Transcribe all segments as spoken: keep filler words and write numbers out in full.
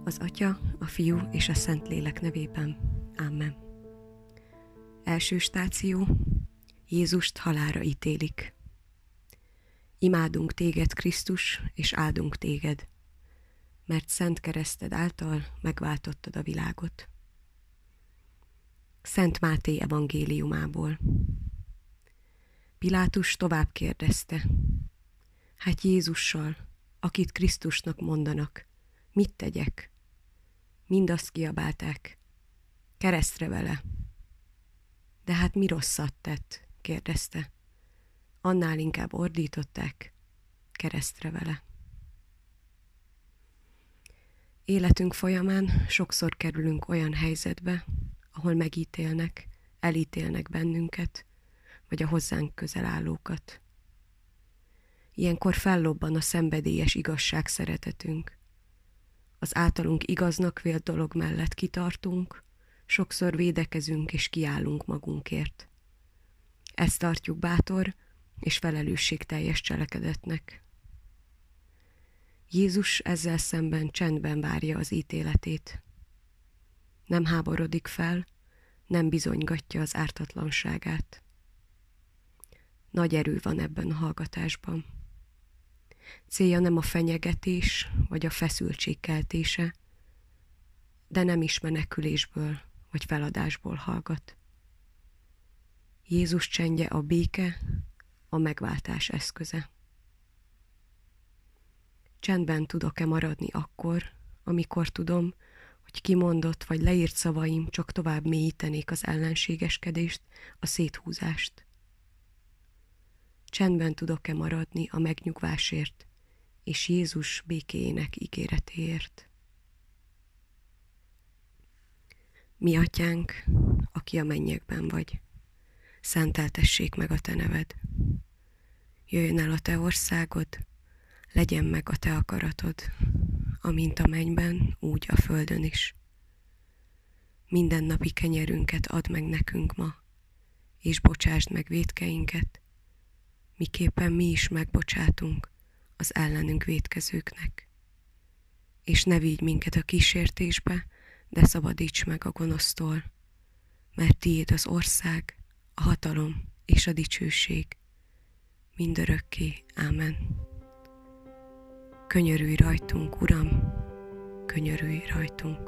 Az Atya, a Fiú és a Szentlélek nevében. Amen. Első stáció. Jézust halálra ítélik. Imádunk téged, Krisztus, és áldunk téged, mert szent kereszted által megváltottad a világot. Szent Máté evangéliumából. Pilátus tovább kérdezte: hát Jézussal, akit Krisztusnak mondanak, mit tegyek? Mindazt kiabálták: keresztre vele! De hát mi rosszat tett? kérdezte. Annál inkább ordították: keresztre vele! Életünk folyamán sokszor kerülünk olyan helyzetbe, ahol megítélnek, elítélnek bennünket, vagy a hozzánk közel állókat. Ilyenkor fellobban a szenvedélyes igazság szeretetünk. Az általunk igaznak vélt dolog mellett kitartunk, sokszor védekezünk és kiállunk magunkért. Ezt tartjuk bátor és felelősségteljes cselekedetnek. Jézus ezzel szemben csendben várja az ítéletét. Nem háborodik fel, nem bizonygatja az ártatlanságát. Nagy erő van ebben a hallgatásban. Célja nem a fenyegetés vagy a feszültség keltése, de nem is menekülésből vagy feladásból hallgat. Jézus csendje a béke, a megváltás eszköze. Csendben tudok-e maradni akkor, amikor tudom, hogy kimondott vagy leírt szavaim csak tovább mélyítenék az ellenségeskedést, a széthúzást? Csendben tudok-e maradni a megnyugvásért és Jézus békéjének ígéretéért? Mi Atyánk, aki a mennyekben vagy, szenteltessék meg a te neved. Jöjjön el a te országod, legyen meg a te akaratod, amint a mennyben, úgy a földön is. Mindennapi kenyerünket add meg nekünk ma, és bocsásd meg vétkeinket, miképpen mi is megbocsátunk az ellenünk vétkezőknek. És ne vigy minket a kísértésbe, de szabadíts meg a gonosztól, mert tiéd az ország, a hatalom és a dicsőség mindörökké. Ámen. Könyörülj rajtunk, Uram, könyörülj rajtunk.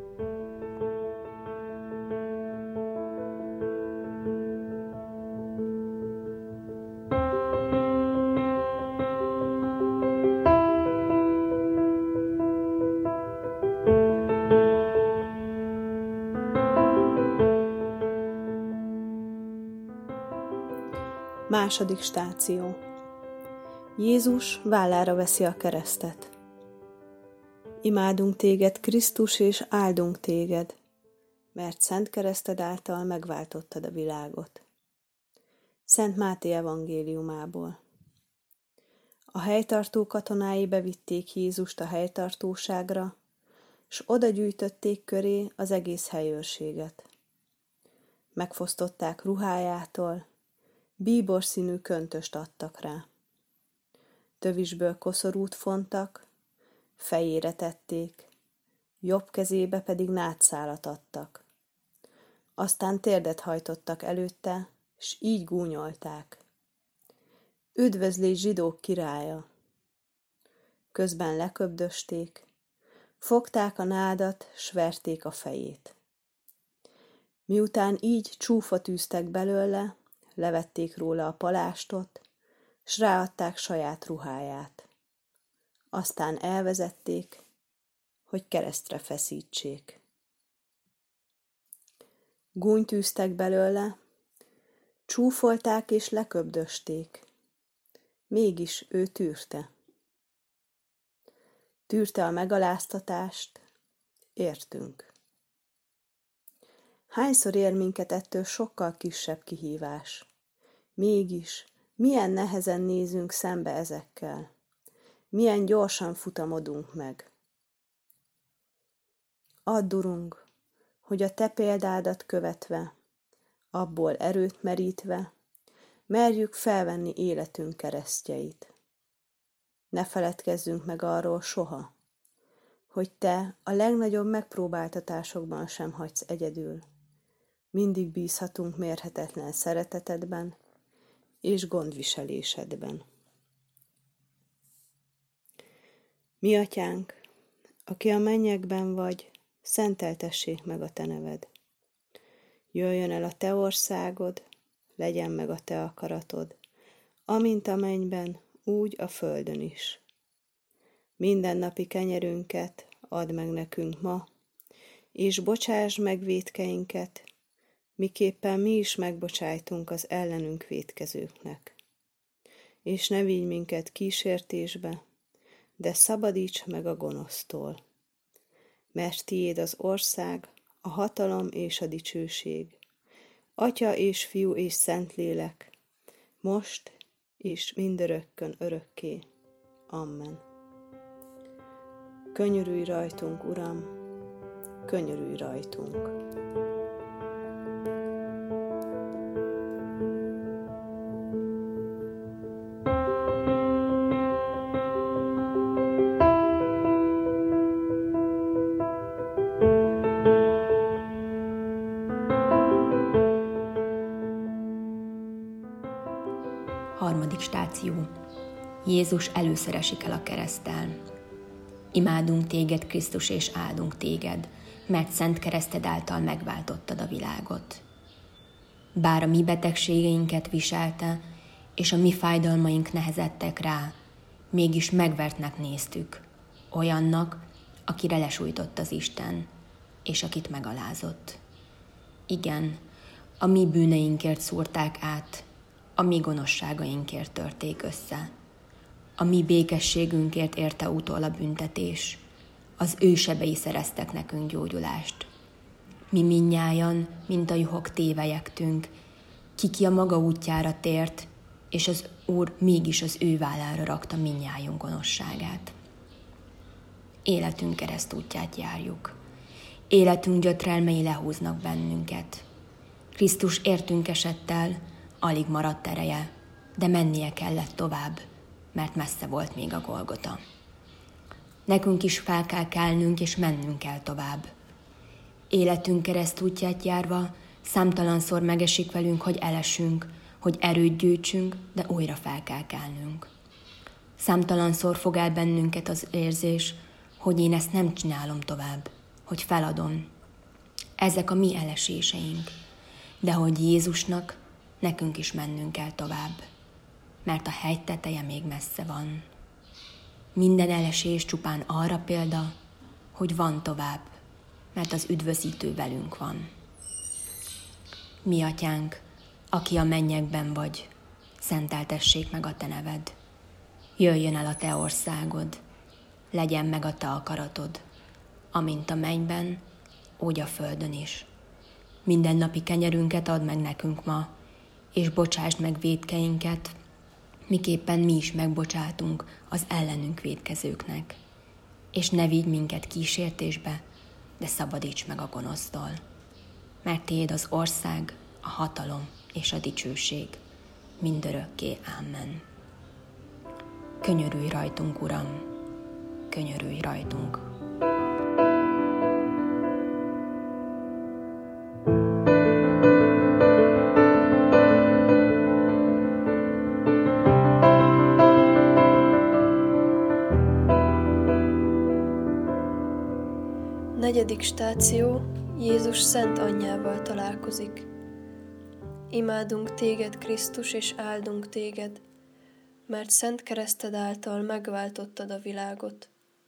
Második stáció. Jézus vállára veszi a keresztet. Imádunk téged, Krisztus, és áldunk téged, mert szent kereszted által megváltottad a világot. Szent Máté evangéliumából. A helytartó katonái bevitték Jézust a helytartóságra, s oda gyűjtötték köré az egész helyőrséget. Megfosztották ruhájától, bíbor színű köntöst adtak rá. Tövisből koszorút fontak, fejére tették, jobb kezébe pedig nátszálat adtak. Aztán térdet hajtottak előtte, s így gúnyolták: üdvözlégy zsidók királya! Közben leköbdösték, fogták a nádat, s verték a fejét. Miután így csúfot űztek belőle, levették róla a palástot, s ráadták saját ruháját. Aztán elvezették, hogy keresztre feszítsék. Gúnyt űztek belőle, csúfolták és leköbdösték. Mégis ő tűrte. Tűrte a megaláztatást, értünk. Hányszor ér minket ettől sokkal kisebb kihívás? Mégis milyen nehezen nézünk szembe ezekkel. Milyen gyorsan futamodunk meg. Add, Urunk, hogy a te példádat követve, abból erőt merítve, merjük felvenni életünk keresztjeit. Ne feledkezzünk meg arról soha, hogy te a legnagyobb megpróbáltatásokban sem hagysz egyedül. Mindig bízhatunk mérhetetlen szeretetedben és gondviselésedben. Mi atyánk, aki a mennyekben vagy, szenteltessék meg a te neved. Jöjjön el a te országod, legyen meg a te akaratod, amint a mennyben, úgy a földön is. Mindennapi kenyerünket add meg nekünk ma, és bocsásd meg vétkeinket, miképpen mi is megbocsájtunk az ellenünk vétkezőknek. És ne vigy minket kísértésbe, de szabadíts meg a gonosztól. Mert tiéd az ország, a hatalom és a dicsőség, Atya és Fiú és Szentlélek, most és mindörökkön örökké. Amen. Könyörülj rajtunk, Uram, könyörülj rajtunk. Harmadik stáció. Jézus először esik el a kereszttel. Imádunk téged, Krisztus, és áldunk téged, mert szent kereszted által megváltottad a világot. Bár a mi betegségeinket viselte, és a mi fájdalmaink nehezettek rá, mégis megvertnek néztük, olyannak, akire lesújtott az Isten, és akit megalázott. Igen, a mi bűneinkért szúrták át, a mi gonoszságainkért törték össze. A mi békességünkért érte utol a büntetés. Az ő sebei szereztek nekünk gyógyulást. Mi mindnyájan, mint a juhok tévejektünk, ki-ki a maga útjára tért, és az Úr mégis az ő vállára rakta mindnyájunk gonoszságát. Életünk keresztútját járjuk. Életünk gyötrelmei lehúznak bennünket. Krisztus értünk esett el, alig maradt ereje, de mennie kellett tovább, mert messze volt még a Golgota. Nekünk is fel kell kelnünk, és mennünk kell tovább. Életünk keresztútját járva számtalanszor megesik velünk, hogy elesünk, hogy erőt gyűjtsünk, de újra fel kell kelnünk. Számtalanszor fog el bennünket az érzés, hogy én ezt nem csinálom tovább, hogy feladom. Ezek a mi eleséseink, de hogy Jézusnak, nekünk is mennünk kell tovább, mert a hegy teteje még messze van. Minden elesés csupán arra példa, hogy van tovább, mert az üdvözítő velünk van. Mi atyánk, aki a mennyekben vagy, szenteltessék meg a te neved. Jöjjön el a te országod, legyen meg a te akaratod, amint a mennyben, úgy a földön is. Mindennapi kenyerünket add meg nekünk ma, és bocsásd meg vétkeinket, miképpen mi is megbocsátunk az ellenünk vétkezőknek. És ne vigy minket kísértésbe, de szabadíts meg a gonosztól. Mert tiéd az ország, a hatalom és a dicsőség, mindörökké. Amen. Könyörülj rajtunk, Uram, könyörülj rajtunk. Negyedik stáció. Jézus szent anyjával találkozik. Imádunk téged, Krisztus, és áldunk téged, mert szent kereszted által megváltottad a világot.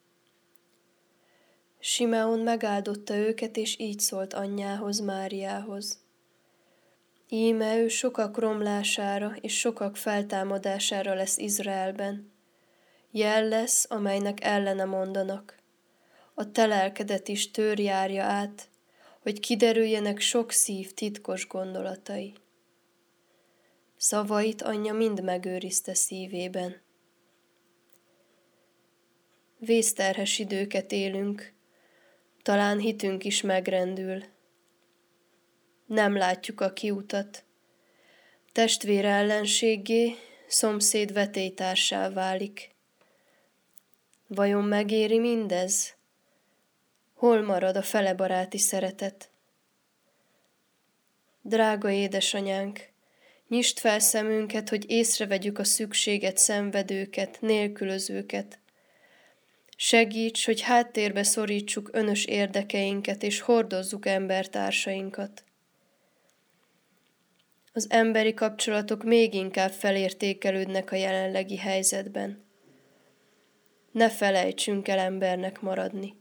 Simeon megáldotta őket, és így szólt anyjához, Máriához. Íme ő sokak romlására és sokak feltámadására lesz Izraelben. Jel lesz, amelynek ellene mondanak. A te lelkedet is tőr járja át, hogy kiderüljenek sok szív titkos gondolatai. Szavait anyja mind megőrizte szívében. Vészterhes időket élünk, talán hitünk is megrendül. Nem látjuk a kiutat. Testvére ellenséggé, szomszéd vetélytársá válik. Vajon megéri mindez? Hol marad a felebaráti szeretet? Drága édesanyánk, nyisd fel szemünket, hogy észrevegyük a szükséget szenvedőket, nélkülözőket. Segíts, hogy háttérbe szorítsuk önös érdekeinket, és hordozzuk embertársainkat. Az emberi kapcsolatok még inkább felértékelődnek a jelenlegi helyzetben. Ne felejtsünk el embernek maradni.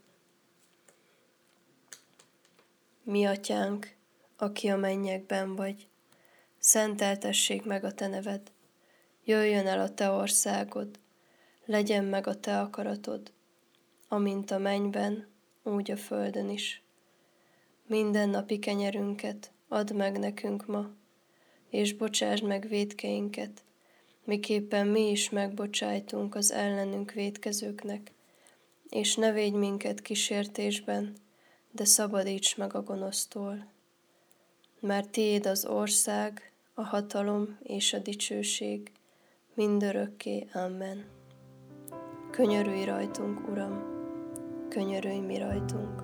Mi atyánk, aki a mennyekben vagy, szenteltessék meg a te neved. Jöjjön el a te országod, legyen meg a te akaratod, amint a mennyben, úgy a földön is. Minden napi kenyerünket add meg nekünk ma, és bocsásd meg vétkeinket, miképpen mi is megbocsájtunk az ellenünk vétkezőknek, és ne védj minket kísértésben, de szabadíts meg a gonosztól. Mert tiéd az ország, a hatalom és a dicsőség, mindörökké. Amen. Könyörülj rajtunk, Uram, könyörülj mi rajtunk.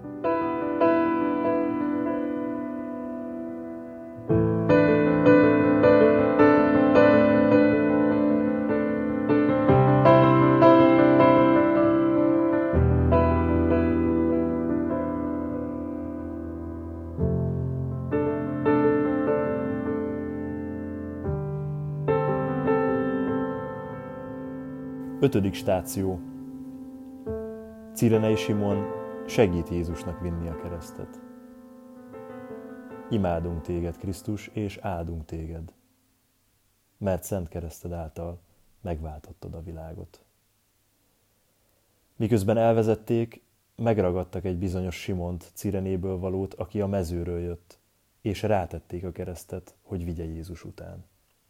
Ötödik stáció. Cirenei Simon segít Jézusnak vinni a keresztet. Imádunk téged, Krisztus, és áldunk téged, mert szent kereszted által megváltottad a világot. Miközben elvezették, megragadtak egy bizonyos Simont, Cirenéből valót, aki a mezőről jött, és rátették a keresztet, hogy vigye Jézus után.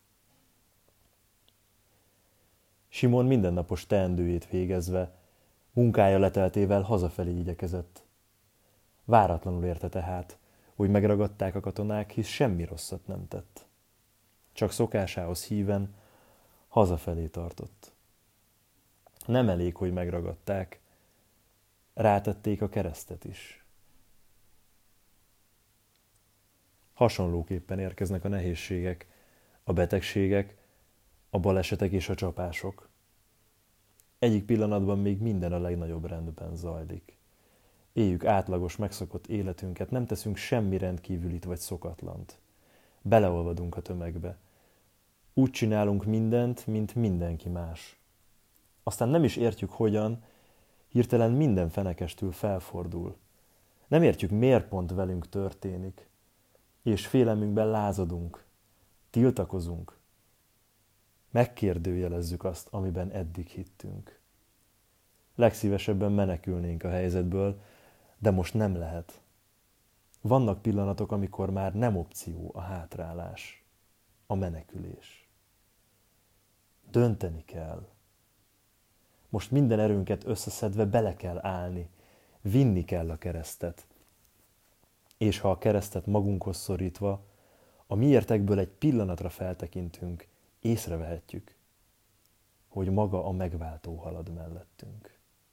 Simon mindennapos teendőjét végezve, munkája leteltével hazafelé igyekezett. Váratlanul érte tehát, hogy megragadták a katonák, hisz semmi rosszat nem tett. Csak szokásához híven hazafelé tartott. Nem elég, hogy megragadták, rátették a keresztet is. Hasonlóképpen érkeznek a nehézségek, a betegségek, a balesetek és a csapások. Egyik pillanatban még minden a legnagyobb rendben zajlik. Éljük átlagos, megszokott életünket, nem teszünk semmi rendkívülit vagy szokatlant. Beleolvadunk a tömegbe. Úgy csinálunk mindent, mint mindenki más. Aztán nem is értjük hogyan, hirtelen minden fenekestül felfordul. Nem értjük, miért pont velünk történik, és félelmünkben lázadunk, tiltakozunk. Megkérdőjelezzük azt, amiben eddig hittünk. Legszívesebben menekülnénk a helyzetből, de most nem lehet. Vannak pillanatok, amikor már nem opció a hátrálás, a menekülés. Dönteni kell. Most minden erőnket összeszedve bele kell állni, vinni kell a keresztet. És ha a keresztet magunkhoz szorítva, a miértekből egy pillanatra feltekintünk, észrevehetjük, hogy maga a megváltó halad mellettünk.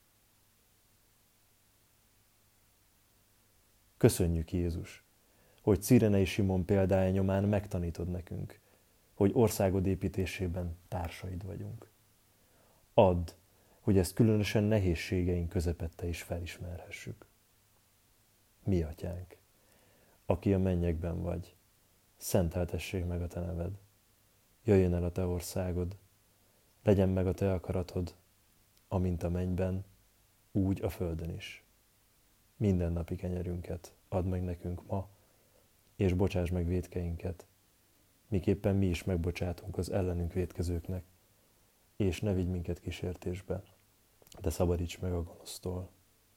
Köszönjük, Jézus, hogy Cirenei Simon példája nyomán megtanítod nekünk, hogy országod építésében társaid vagyunk. Add, hogy ezt különösen nehézségeink közepette is felismerhessük. Mi atyánk, aki a mennyekben vagy, szenteltessék meg a te neved. Jöjjön el a te országod, legyen meg a te akaratod, amint a mennyben, úgy a földön is. Minden napi kenyerünket add meg nekünk ma, és bocsáss meg vétkeinket, miképpen mi is megbocsátunk az ellenünk vétkezőknek, és ne vigy minket kísértésbe, de szabadíts meg a gonosztól.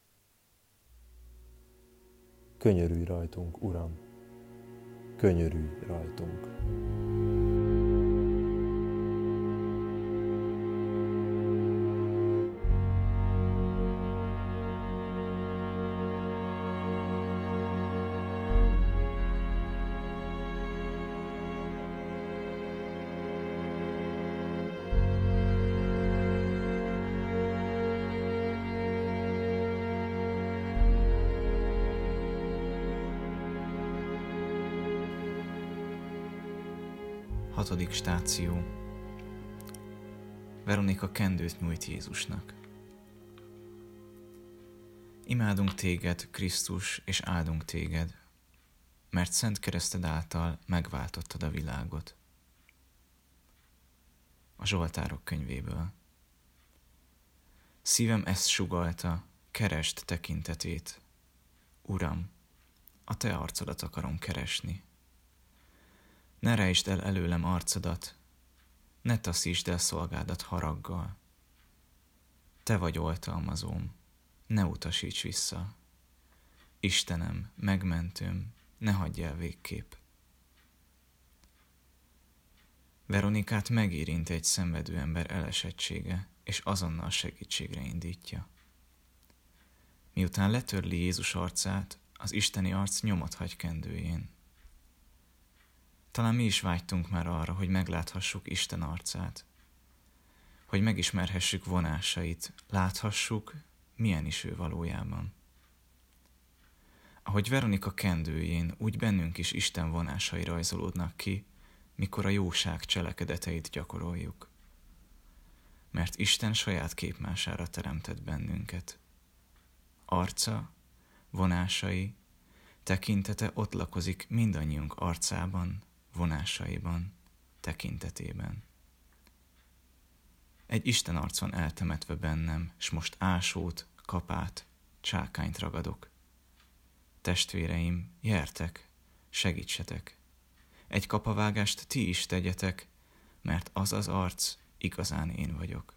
Könyörülj rajtunk, Uram, könyörülj rajtunk. Hatodik stáció. Veronika kendőt nyújt Jézusnak. Imádunk téged, Krisztus, és áldunk téged, mert szent kereszted által megváltottad a világot. A Zsoltárok könyvéből. Szívem ezt sugallta, keresd tekintetét. Uram, a te arcodat akarom keresni. Ne rejtsd el előlem arcodat, ne taszítsd el szolgádat haraggal. Te vagy oltalmazóm, ne utasíts vissza. Istenem, megmentőm, ne hagyj el végképp. Veronikát megérint egy szenvedő ember elesettsége, és azonnal segítségre indítja. Miután letörli Jézus arcát, az isteni arc nyomot hagy kendőjén. Talán mi is vágytunk már arra, hogy megláthassuk Isten arcát, hogy megismerhessük vonásait, láthassuk, milyen is ő valójában. Ahogy Veronika kendőjén, úgy bennünk is Isten vonásai rajzolódnak ki, mikor a jóság cselekedeteit gyakoroljuk. Mert Isten saját képmására teremtett bennünket. Arca, vonásai, tekintete ott lakozik mindannyiunk arcában, vonásaiban, tekintetében. Egy Isten arc van eltemetve bennem, s most ásót, kapát, csákányt ragadok. Testvéreim, gyertek, segítsetek. Egy kapavágást ti is tegyetek, mert az az arc igazán én vagyok.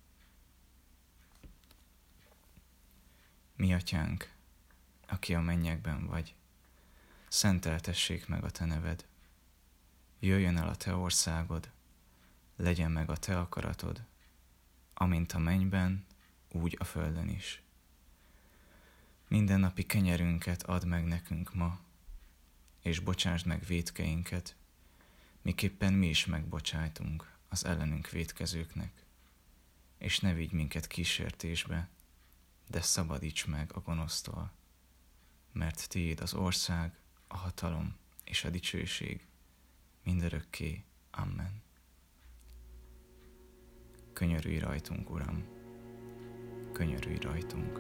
Mi atyánk, aki a mennyekben vagy, szenteltessék meg a te neved. Jöjjön el a te országod, legyen meg a te akaratod, amint a mennyben, úgy a földön is. Mindennapi kenyerünket add meg nekünk ma, és bocsásd meg vétkeinket, miképpen mi is megbocsájtunk az ellenünk vétkezőknek. És ne vigy minket kísértésbe, de szabadíts meg a gonosztól, mert tiéd az ország, a hatalom és a dicsőség mindörökké. Amen. Könyörülj rajtunk, Uram, könyörülj rajtunk.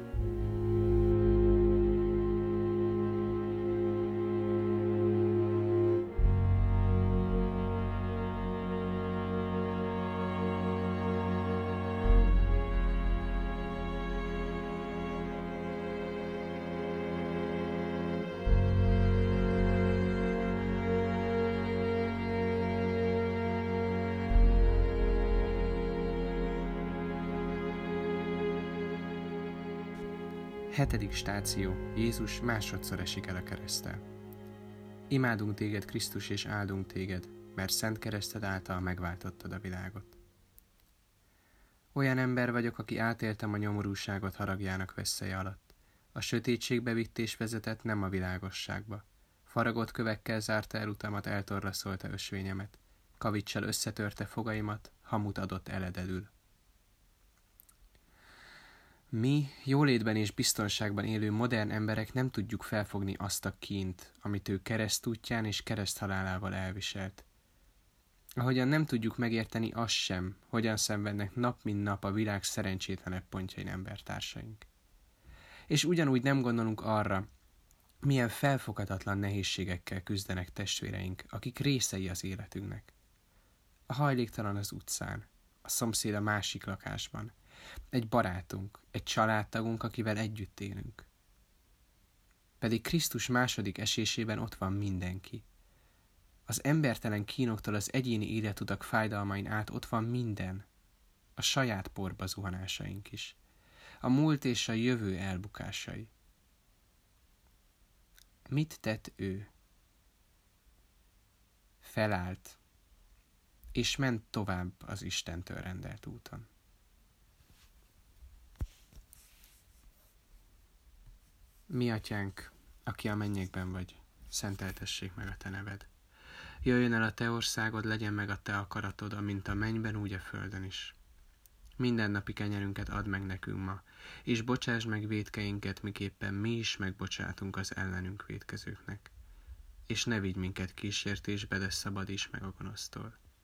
Hetedik stáció. Jézus másodszor esik el a kereszttel. Imádunk téged, Krisztus, és áldunk téged, mert szent kereszted által megváltottad a világot. Olyan ember vagyok, aki átéltem a nyomorúságot haragjának veszélye alatt. A sötétségbe vitt és vezetett, nem a világosságba. Faragott kövekkel zárta el utamat, eltorlaszolta ösvényemet. Kavicsal összetörte fogaimat, hamut adott eledelül. Mi, jólétben és biztonságban élő modern emberek nem tudjuk felfogni azt a kínt, amit ő keresztútján és kereszthalálával elviselt. Ahogyan nem tudjuk megérteni azt sem, hogyan szenvednek nap mint nap a világ szerencsétlenebb pontjain embertársaink. És ugyanúgy nem gondolunk arra, milyen felfoghatatlan nehézségekkel küzdenek testvéreink, akik részei az életünknek. A hajléktalan az utcán, a szomszéd a másik lakásban, egy barátunk, egy családtagunk, akivel együtt élünk. Pedig Krisztus második esésében ott van mindenki. Az embertelen kínoktól az egyéni életutak fájdalmain át ott van minden, a saját porba zuhanásaink is, a múlt és a jövő elbukásai. Mit tett ő? Felállt, és ment tovább az Istentől rendelt úton. Mi atyánk, aki a mennyekben vagy, szenteltessék meg a te neved. Jöjjön el a te országod, legyen meg a te akaratod, amint a mennyben, úgy a földön is. Mindennapi kenyerünket add meg nekünk ma, és bocsásd meg vétkeinket, miképpen mi is megbocsátunk az ellenünk vétkezőknek. És ne vigy minket kísértésbe, de szabadíts meg a gonosztól.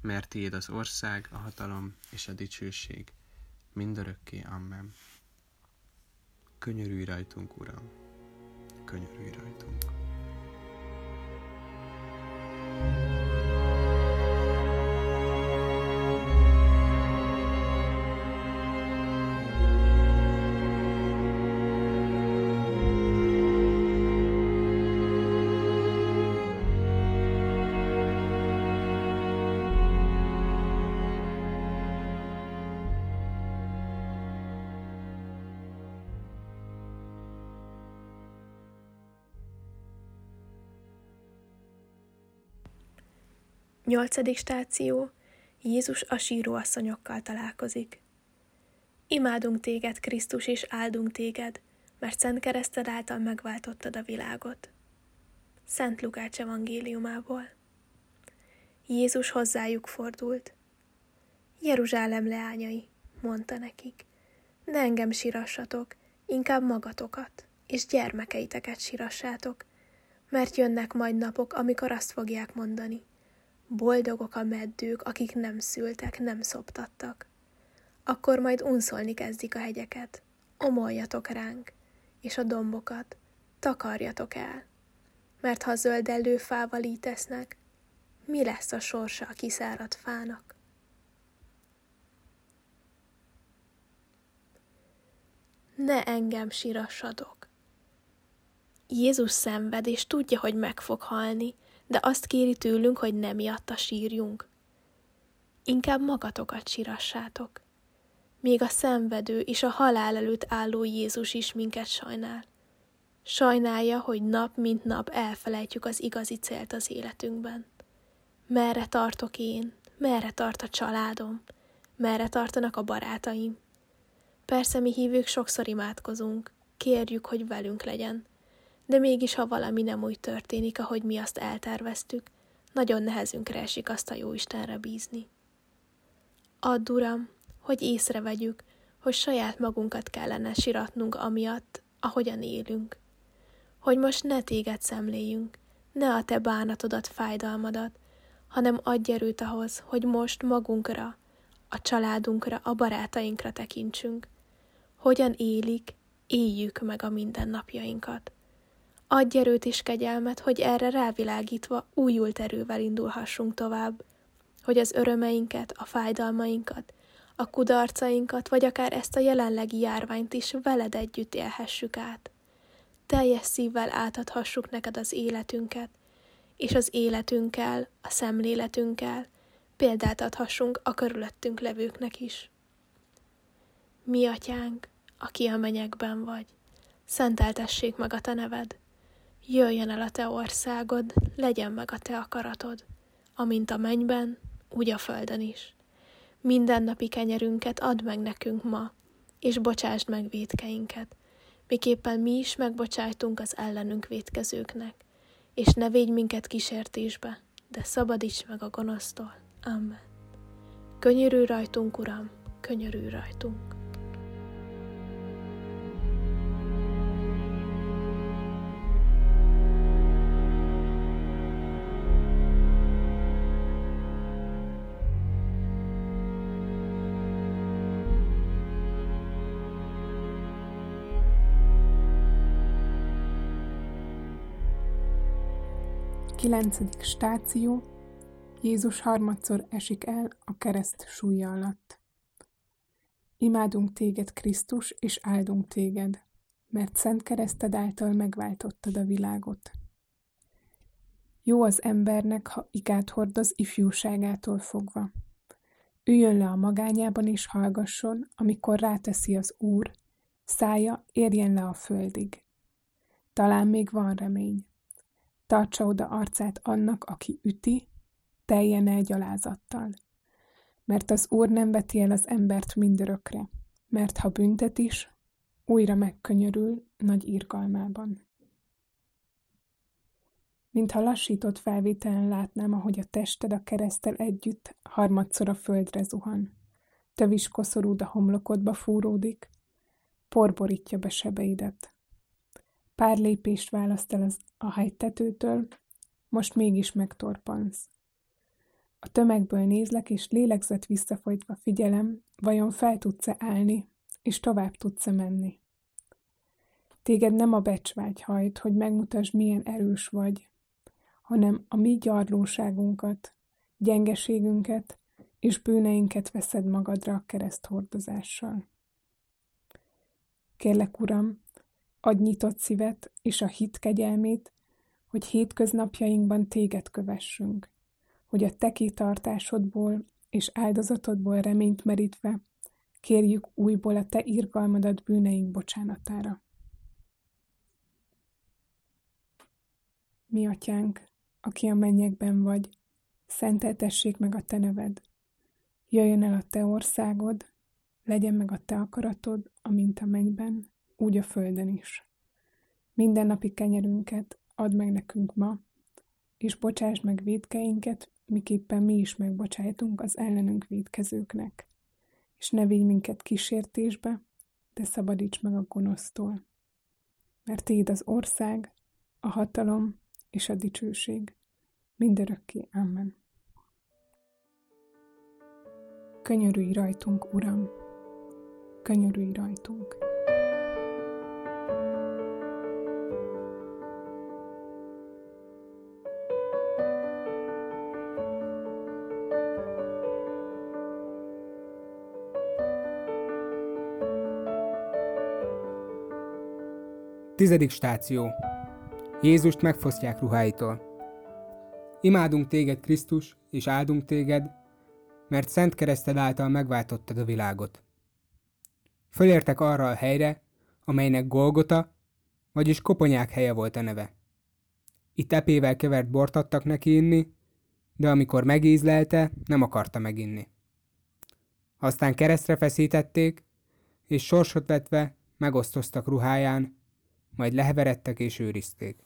mert tiéd az ország, a hatalom és a dicsőség, mindörökké. Amen. Könyörülj rajtunk, Uram, könyörülj rajtunk. Nyolcadik stáció. Jézus a síróasszonyokkal találkozik. Imádunk téged, Krisztus, és áldunk téged, mert szent kereszted által megváltottad a világot. Szent Lukács evangéliumából. Jézus hozzájuk fordult. Jeruzsálem leányai, mondta nekik, ne engem sírassatok, inkább magatokat, és gyermekeiteket sírassátok, mert jönnek majd napok, amikor azt fogják mondani, boldogok a meddők, akik nem szültek, nem szoptattak. Akkor majd unszolni kezdik a hegyeket, omoljatok ránk, és a dombokat takarjatok el. Mert ha zöldellő fával így tesznek, mi lesz a sorsa a kiszáradt fának? Ne engem sírassatok. Jézus szenved, és tudja, hogy meg fog halni, de azt kéri tőlünk, hogy ne miatta sírjunk. Inkább magatokat sírassátok. Még a szenvedő és a halál előtt álló Jézus is minket sajnál. Sajnálja, hogy nap mint nap elfelejtjük az igazi célt az életünkben. Merre tartok én? Merre tart a családom? Merre tartanak a barátaim? Persze mi hívők sokszor imádkozunk, kérjük, hogy velünk legyen, de mégis, ha valami nem úgy történik, ahogy mi azt elterveztük, nagyon nehezünkre esik azt a Jóistenre bízni. Add, Uram, hogy észrevegyük, hogy saját magunkat kellene siratnunk amiatt, ahogyan élünk. Hogy most ne téged szemléljünk, ne a te bánatodat, fájdalmadat, hanem adj erőt ahhoz, hogy most magunkra, a családunkra, a barátainkra tekintsünk. Hogyan élik, éljük meg a mindennapjainkat. Adj erőt és kegyelmet, hogy erre rávilágítva újult erővel indulhassunk tovább, hogy az örömeinket, a fájdalmainkat, a kudarcainkat, vagy akár ezt a jelenlegi járványt is veled együtt élhessük át. Teljes szívvel átadhassuk neked az életünket, és az életünkkel, a szemléletünkkel példát adhassunk a körülöttünk levőknek is. Mi atyánk, aki a mennyekben vagy, szenteltessék meg a te neved, jöjjön el a te országod, legyen meg a te akaratod, amint a mennyben, úgy a földön is. Mindennapi kenyerünket add meg nekünk ma, és bocsásd meg vétkeinket, miképpen mi is megbocsájtunk az ellenünk vétkezőknek, és ne védj minket kísértésbe, de szabadíts meg a gonosztól. Amen. Könyörülj rajtunk, Uram, könyörülj rajtunk. Kilencedik stáció. Jézus harmadszor esik el a kereszt súlya alatt. Imádunk téged, Krisztus, és áldunk téged, mert szent kereszted által megváltottad a világot. Jó az embernek, ha igát hordoz ifjúságától fogva. Üljön le a magányában és hallgasson, amikor ráteszi az Úr, szája érjen le a földig. Talán még van remény. Tartsa oda arcát annak, aki üti, teljen el gyalázattal. Mert az Úr nem veti el az embert mindörökre, mert ha büntet is, újra megkönyörül nagy irgalmában. Mintha lassított felvételen látnám, ahogy a tested a kereszttel együtt harmadszor a földre zuhan. Tövis koszorúd a homlokodba fúródik, por borítja be sebeidet. Pár lépést választ el az, a hegytetőtől, most mégis megtorpansz. A tömegből nézlek, és lélegzet visszafolytva figyelem, vajon fel tudsz-e állni, és tovább tudsz-e menni. Téged nem a becsvágy hajt, hogy megmutasd, milyen erős vagy, hanem a mi gyarlóságunkat, gyengeségünket és bűneinket veszed magadra a kereszthordozással. Kérlek, Uram, adj nyitott szívet és a hit kegyelmét, hogy hétköznapjainkban téged kövessünk, hogy a te kitartásodból és áldozatodból reményt merítve kérjük újból a te irgalmadat bűneink bocsánatára. Mi atyánk, aki a mennyekben vagy, szenteltessék meg a te neved. Jöjjön el a te országod, legyen meg a te akaratod, amint a mennyben, úgy a földön is. Mindennapi kenyerünket add meg nekünk ma, és bocsásd meg vétkeinket, miképpen mi is megbocsájtunk az ellenünk vétkezőknek. És ne vigy minket kísértésbe, de szabadíts meg a gonosztól. Mert tiéd az ország, a hatalom és a dicsőség mindörökké. Amen. Könyörülj rajtunk, Uram! Könyörülj rajtunk! Tizedik stáció. Jézust megfosztják ruháitól. Imádunk téged, Krisztus, és áldunk téged, mert szent kereszted által megváltottad a világot. Fölértek arra a helyre, amelynek Golgota, vagyis koponyák helye volt a neve. Itt epével kevert bort adtak neki inni, de amikor megízlelte, nem akarta meginni. Aztán keresztre feszítették, és sorsot vetve megosztoztak ruháján, majd leheveredtek és őrizték.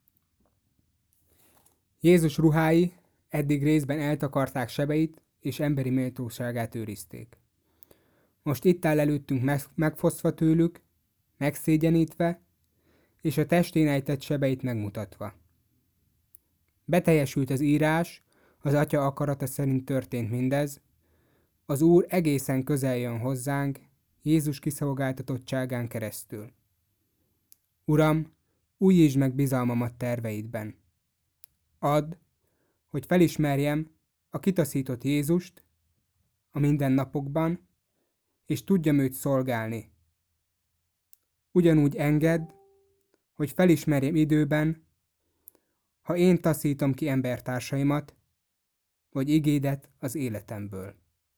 Jézus ruhái eddig részben eltakarták sebeit, és emberi méltóságát őrizték. Most itt áll előttünk megfosztva tőlük, megszégyenítve, és a testén ejtett sebeit megmutatva. Beteljesült az írás, az Atya akarata szerint történt mindez, az Úr egészen közel jön hozzánk, Jézus kiszolgáltatottságán keresztül. Uram, újítsd meg bizalmamat terveidben. Add, hogy felismerjem a kitaszított Jézust a mindennapokban, és tudjam őt szolgálni. Ugyanúgy engedd, hogy felismerjem időben, ha én taszítom ki embertársaimat, vagy igédet az életemből.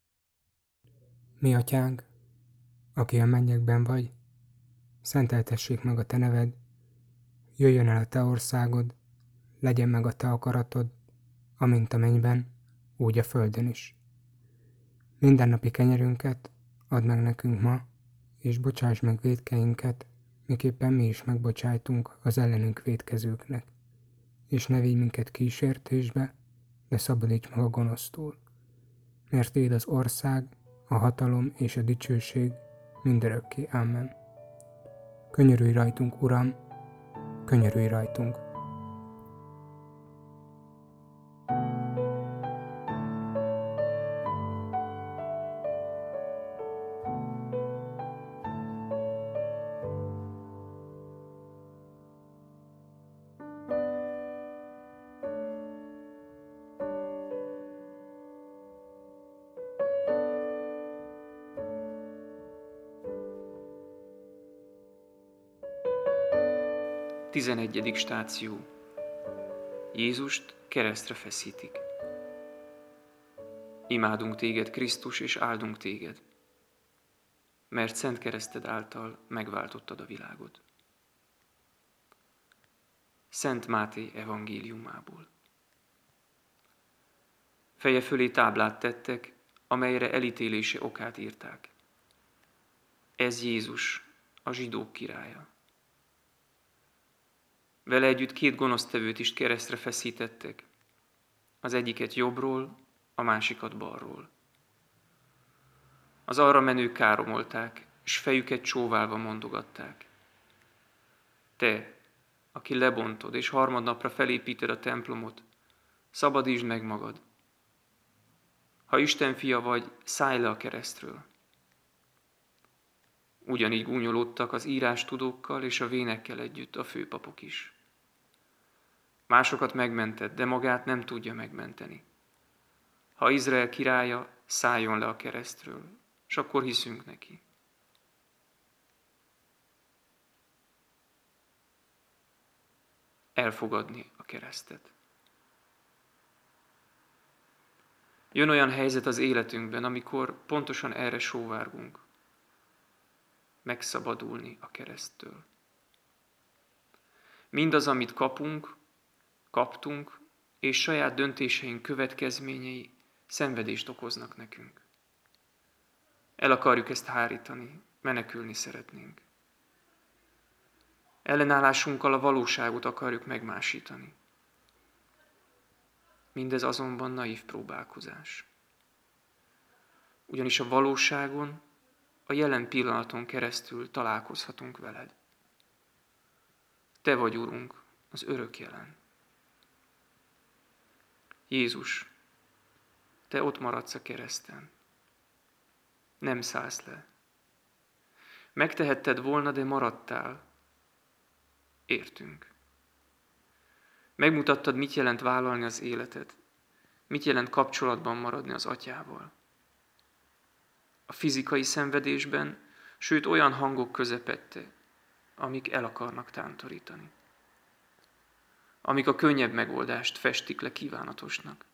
Mi atyánk, aki a mennyekben vagy, szenteltessék meg a te neved, jöjjön el a te országod, legyen meg a te akaratod, amint a mennyben, úgy a földön is. Mindennapi kenyerünket add meg nekünk ma, és bocsáss meg vétkeinket, miképpen mi is megbocsájtunk az ellenünk vétkezőknek. És ne vigy minket kísértésbe, de szabadíts meg a gonosztól. Mert tiéd az ország, a hatalom és a dicsőség mindörökké. Amen. Könyörülj rajtunk, Uram, könyörülj rajtunk. Tizenegyedik stáció. Jézust keresztre feszítik. Imádunk téged, Krisztus, és áldunk téged, mert szent kereszted által megváltottad a világot. Szent Máté evangéliumából. Feje fölé táblát tettek, amelyre elítélése okát írták. Ez Jézus, a zsidók királya. Vele együtt két gonosztevőt is keresztre feszítettek, az egyiket jobbról, a másikat balról. Az arra menők káromolták, és fejüket csóválva mondogatták. Te, aki lebontod, és harmadnapra felépíted a templomot, szabadítsd meg magad. Ha Isten fia vagy, szállj le a keresztről. Ugyanígy gúnyolódtak az írástudókkal és a vénekkel együtt a főpapok is. Másokat megmentett, de magát nem tudja megmenteni. Ha Izrael királya, szálljon le a keresztről, és akkor hiszünk neki. Elfogadni a keresztet. Jön olyan helyzet az életünkben, amikor pontosan erre sóvárgunk. Megszabadulni a kereszttől. Mindaz, amit kapunk, kaptunk, és saját döntéseink következményei szenvedést okoznak nekünk. El akarjuk ezt hárítani, menekülni szeretnénk. Ellenállásunkkal a valóságot akarjuk megmásítani. Mindez azonban naív próbálkozás. Ugyanis a valóságon, a jelen pillanaton keresztül találkozhatunk veled. Te vagy, Urunk, az örök jelen. Jézus, te ott maradsz a kereszten. Nem szállsz le. Megtehetted volna, de maradtál. Értünk. Megmutattad, mit jelent vállalni az életet, mit jelent kapcsolatban maradni az Atyával. A fizikai szenvedésben, sőt olyan hangok közepette, amik el akarnak tántorítani. Amik a könnyebb megoldást festik le kívánatosnak.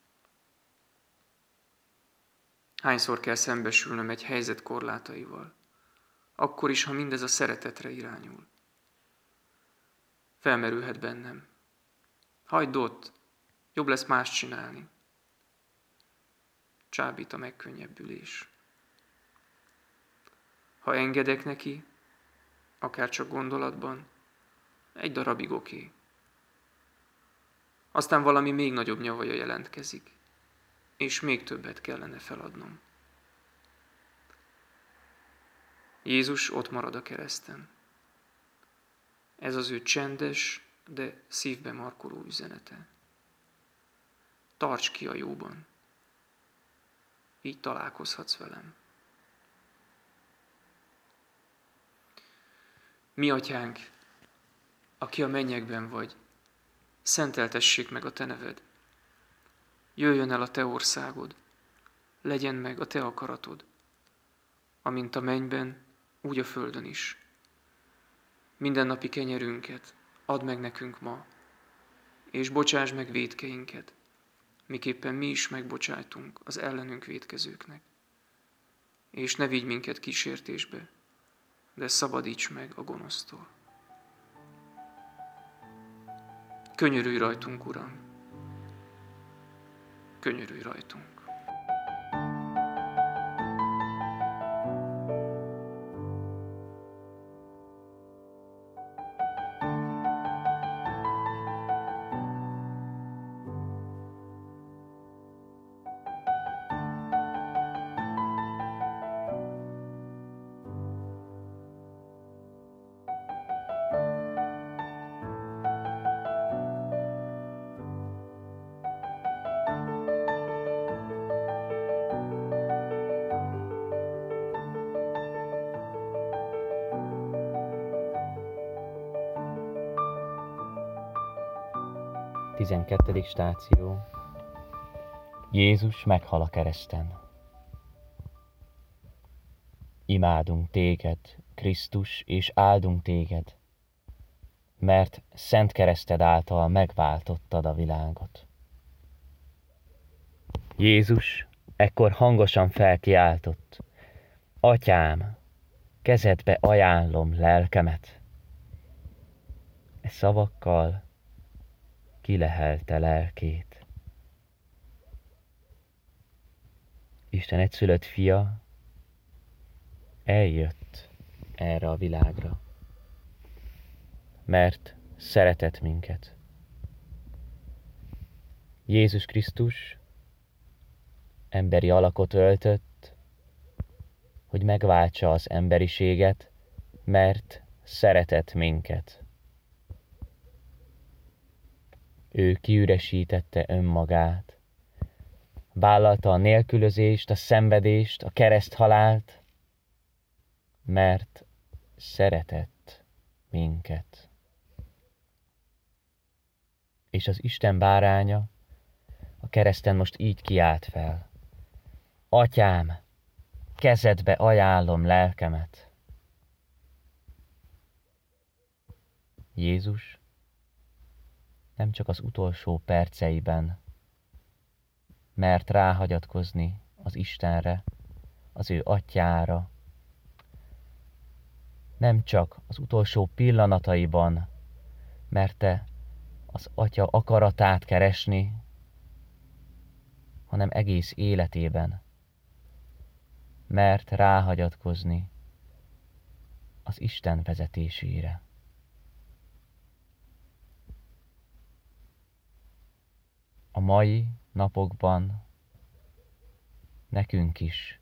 Hányszor kell szembesülnöm egy helyzet korlátaival, akkor is, ha mindez a szeretetre irányul. Felmerülhet bennem. Hagyd ott, jobb lesz más csinálni. Csábít a megkönnyebbülés. Ha engedek neki, akár csak gondolatban, egy darabig oké. Aztán valami még nagyobb nyavaja jelentkezik, és még többet kellene feladnom. Jézus ott marad a kereszten. Ez az ő csendes, de szívbe markoló üzenete. Tarts ki a jóban. Így találkozhatsz velem. Mi Atyánk, aki a mennyekben vagy, szenteltessék meg a te neved. Jöjjön el a te országod, legyen meg a te akaratod, amint a mennyben, úgy a földön is. Mindennapi kenyerünket add meg nekünk ma, és bocsásd meg vétkeinket, miképpen mi is megbocsájtunk az ellenünk vétkezőknek. És ne vigy minket kísértésbe, de szabadíts meg a gonosztól. Könyörülj rajtunk, Uram! Könyörülj rajtunk! tizenkettedik stáció. Jézus meghal a kereszten. Imádunk téged, Krisztus, és áldunk téged, mert szent kereszted által megváltottad a világot. Jézus ekkor hangosan felkiáltott: Atyám, kezedbe ajánlom lelkemet. E szavakkal kilehelte lelkét. Isten egyszülött fia eljött erre a világra, mert szeretett minket. Jézus Krisztus emberi alakot öltött, hogy megváltsa az emberiséget, mert szeretett minket. Ő kiüresítette önmagát, vállalta a nélkülözést, a szenvedést, a kereszthalált, mert szeretett minket. És az Isten báránya a kereszten most így kiált fel. Atyám, kezedbe ajánlom lelkemet. Jézus nem csak az utolsó perceiben mert ráhagyatkozni az Istenre, az ő atyára, nem csak az utolsó pillanataiban merte az atya akaratát keresni, hanem egész életében, mert ráhagyatkozni az Isten vezetésére. A mai napokban nekünk is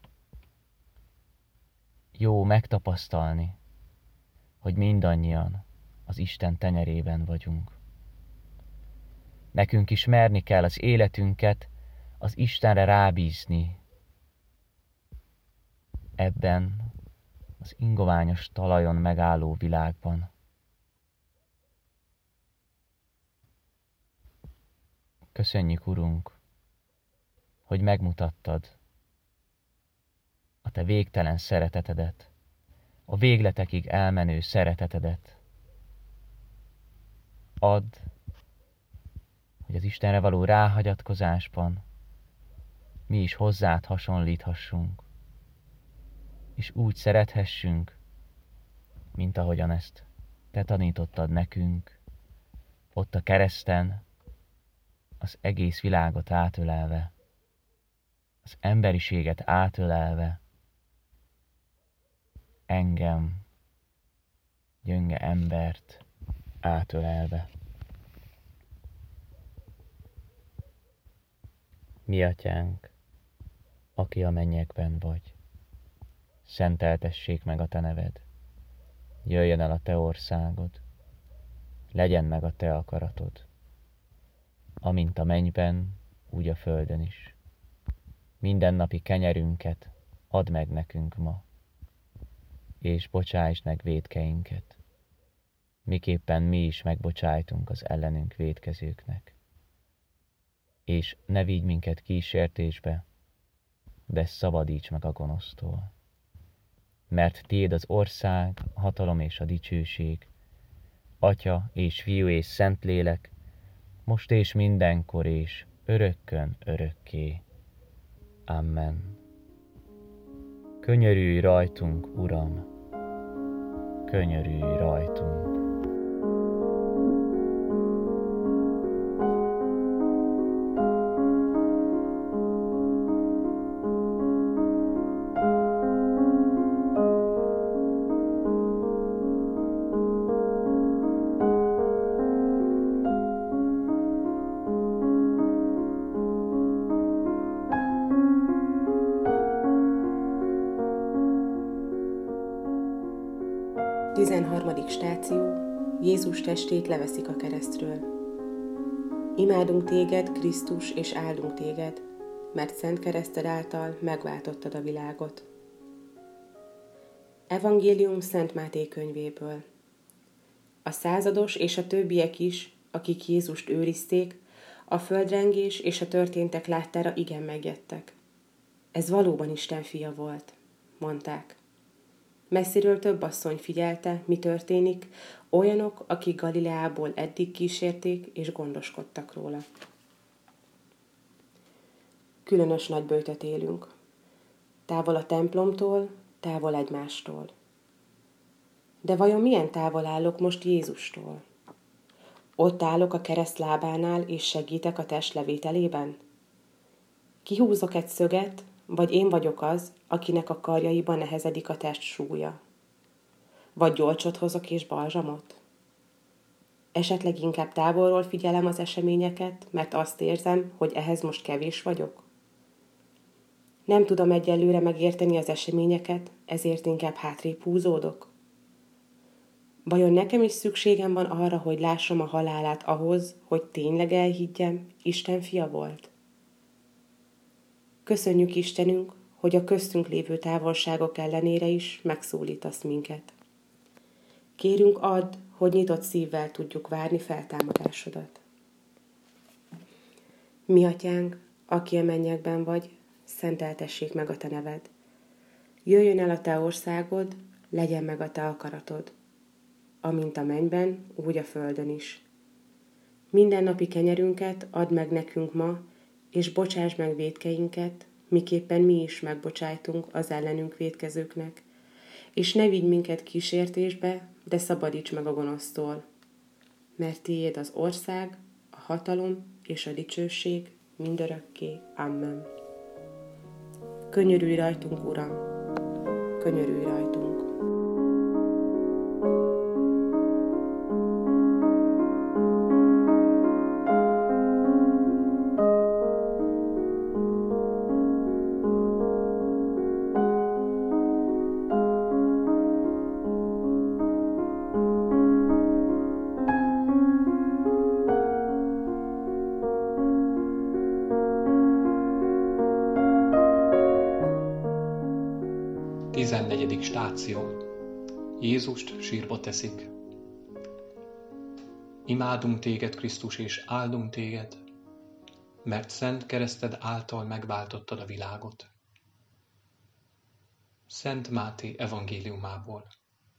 jó megtapasztalni, hogy mindannyian az Isten tenyerében vagyunk. Nekünk is merni kell az életünket az Istenre rábízni. Ebben az ingoványos talajon megálló világban. Köszönjük, Urunk, hogy megmutattad a Te végtelen szeretetedet, a végletekig elmenő szeretetedet. Add, hogy az Istenre való ráhagyatkozásban mi is hozzád hasonlíthassunk, és úgy szerethessünk, mint ahogyan ezt Te tanítottad nekünk, ott a kereszten, az egész világot átölelve, az emberiséget átölelve, engem, gyönge embert átölelve. Mi atyánk, aki a mennyekben vagy, szenteltessék meg a te neved, jöjjön el a te országod, legyen meg a te akaratod, amint a mennyben, úgy a földön is. Mindennapi kenyerünket add meg nekünk ma, és bocsásd meg vétkeinket, miképpen mi is megbocsájtunk az ellenünk vétkezőknek. És ne vigy minket kísértésbe, de szabadíts meg a gonosztól. Mert tiéd az ország, a hatalom és a dicsőség, Atya és Fiú és Szentlélek, most és mindenkor és örökkön örökké. Amen. Könyörülj rajtunk, Uram, könyörülj rajtunk. tizenharmadik stáció. Jézus testét leveszik a keresztről. Imádunk téged, Krisztus, és áldunk téged, mert szent kereszted által megváltottad a világot. Evangélium Szent Máté könyvéből. A százados és a többiek is, akik Jézust őrizték, a földrengés és a történtek láttára igen megjettek. Ez valóban Isten fia volt, mondták. Messziről több asszony figyelte, mi történik, olyanok, akik Galileából eddig kísérték és gondoskodtak róla. Különös nagy böjtöt élünk. Távol a templomtól, távol egymástól. De vajon milyen távol állok most Jézustól? Ott állok a kereszt lábánál, és segítek a test levételében? Kihúzok egy szöget, vagy én vagyok az, akinek a karjaiban nehezedik a test súlya? Vagy gyolcsot hozok és balzsamot? Esetleg inkább távolról figyelem az eseményeket, mert azt érzem, hogy ehhez most kevés vagyok? Nem tudom egyelőre megérteni az eseményeket, ezért inkább hátrébb húzódok? Vajon nekem is szükségem van arra, hogy lássam a halálát ahhoz, hogy tényleg elhiggyem, Isten fia volt? Köszönjük Istenünk, hogy a köztünk lévő távolságok ellenére is megszólítasz minket. Kérünk, add, hogy nyitott szívvel tudjuk várni feltámadásodat. Mi atyánk, aki a mennyekben vagy, szenteltessék meg a te neved. Jöjjön el a te országod, legyen meg a te akaratod, amint a mennyben, úgy a földön is. Mindennapi kenyerünket add meg nekünk ma, és bocsáss meg vétkeinket, miképpen mi is megbocsájtunk az ellenünk vétkezőknek, és ne vigy minket kísértésbe, de szabadíts meg a gonosztól. Mert tiéd az ország, a hatalom és a dicsőség mindörökké. Amen. Könyörülj rajtunk, Uram! Könyörülj rajtunk! tizennegyedik stáció. Jézust sírba teszik. Imádunk téged, Krisztus, és áldunk téged, mert szent kereszted által megváltottad a világot. Szent Máté evangéliumából.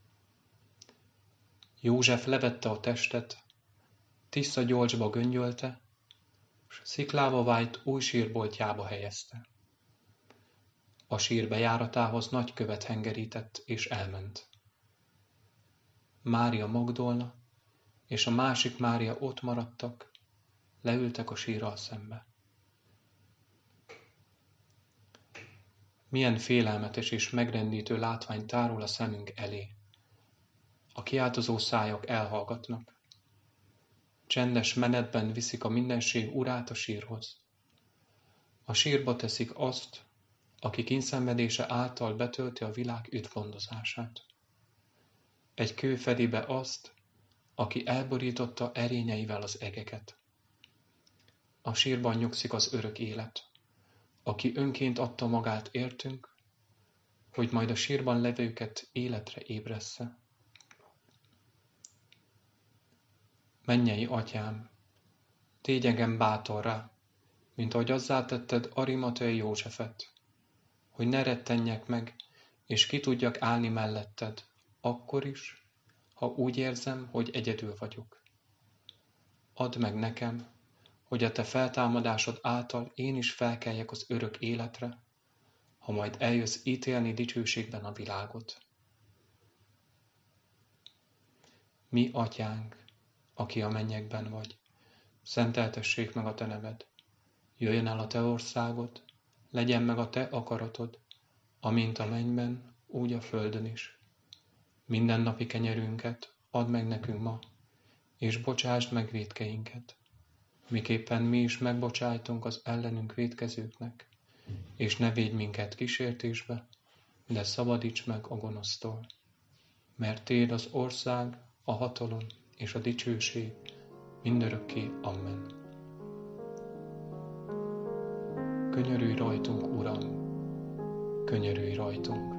József levette a testet, tiszta gyolcsba göngyölte, s sziklába vájt új sírboltjába helyezte. A sír bejáratához nagy követ hengerített, és elment. Mária Magdolna és a másik Mária ott maradtak, leültek a sírral szembe. Milyen félelmetes és megrendítő látvány tárul a szemünk elé. A kiáltozó szájak elhallgatnak. Csendes menetben viszik a mindenség urát a sírhoz. A sírba teszik azt, aki kényszenvedése által betölti a világ üdvgondozását. Egy kő fedi be azt, aki elborította erényeivel az egeket. A sírban nyugszik az örök élet, aki önként adta magát értünk, hogy majd a sírban levőket életre ébressze. Mennyei atyám, tégy engem bátorrá, mint ahogy azzá tetted Arimateai Józsefet, hogy ne rettenjek meg, és ki tudjak állni melletted, akkor is, ha úgy érzem, hogy egyedül vagyok. Add meg nekem, hogy a te feltámadásod által én is felkeljek az örök életre, ha majd eljössz ítélni dicsőségben a világot. Mi atyánk, aki a mennyekben vagy, szenteltessék meg a te neved. Jöjjön el a te országod, legyen meg a te akaratod, amint a mennyben, úgy a földön is. Mindennapi kenyerünket add meg nekünk ma, és bocsásd meg vétkeinket, miképpen mi is megbocsájtunk az ellenünk vétkezőknek, és ne védj minket kísértésbe, de szabadíts meg a gonosztól. Mert téd az ország, a hatalom és a dicsőség mindörökké. Amen. Könyörülj rajtunk, Uram, könyörülj rajtunk.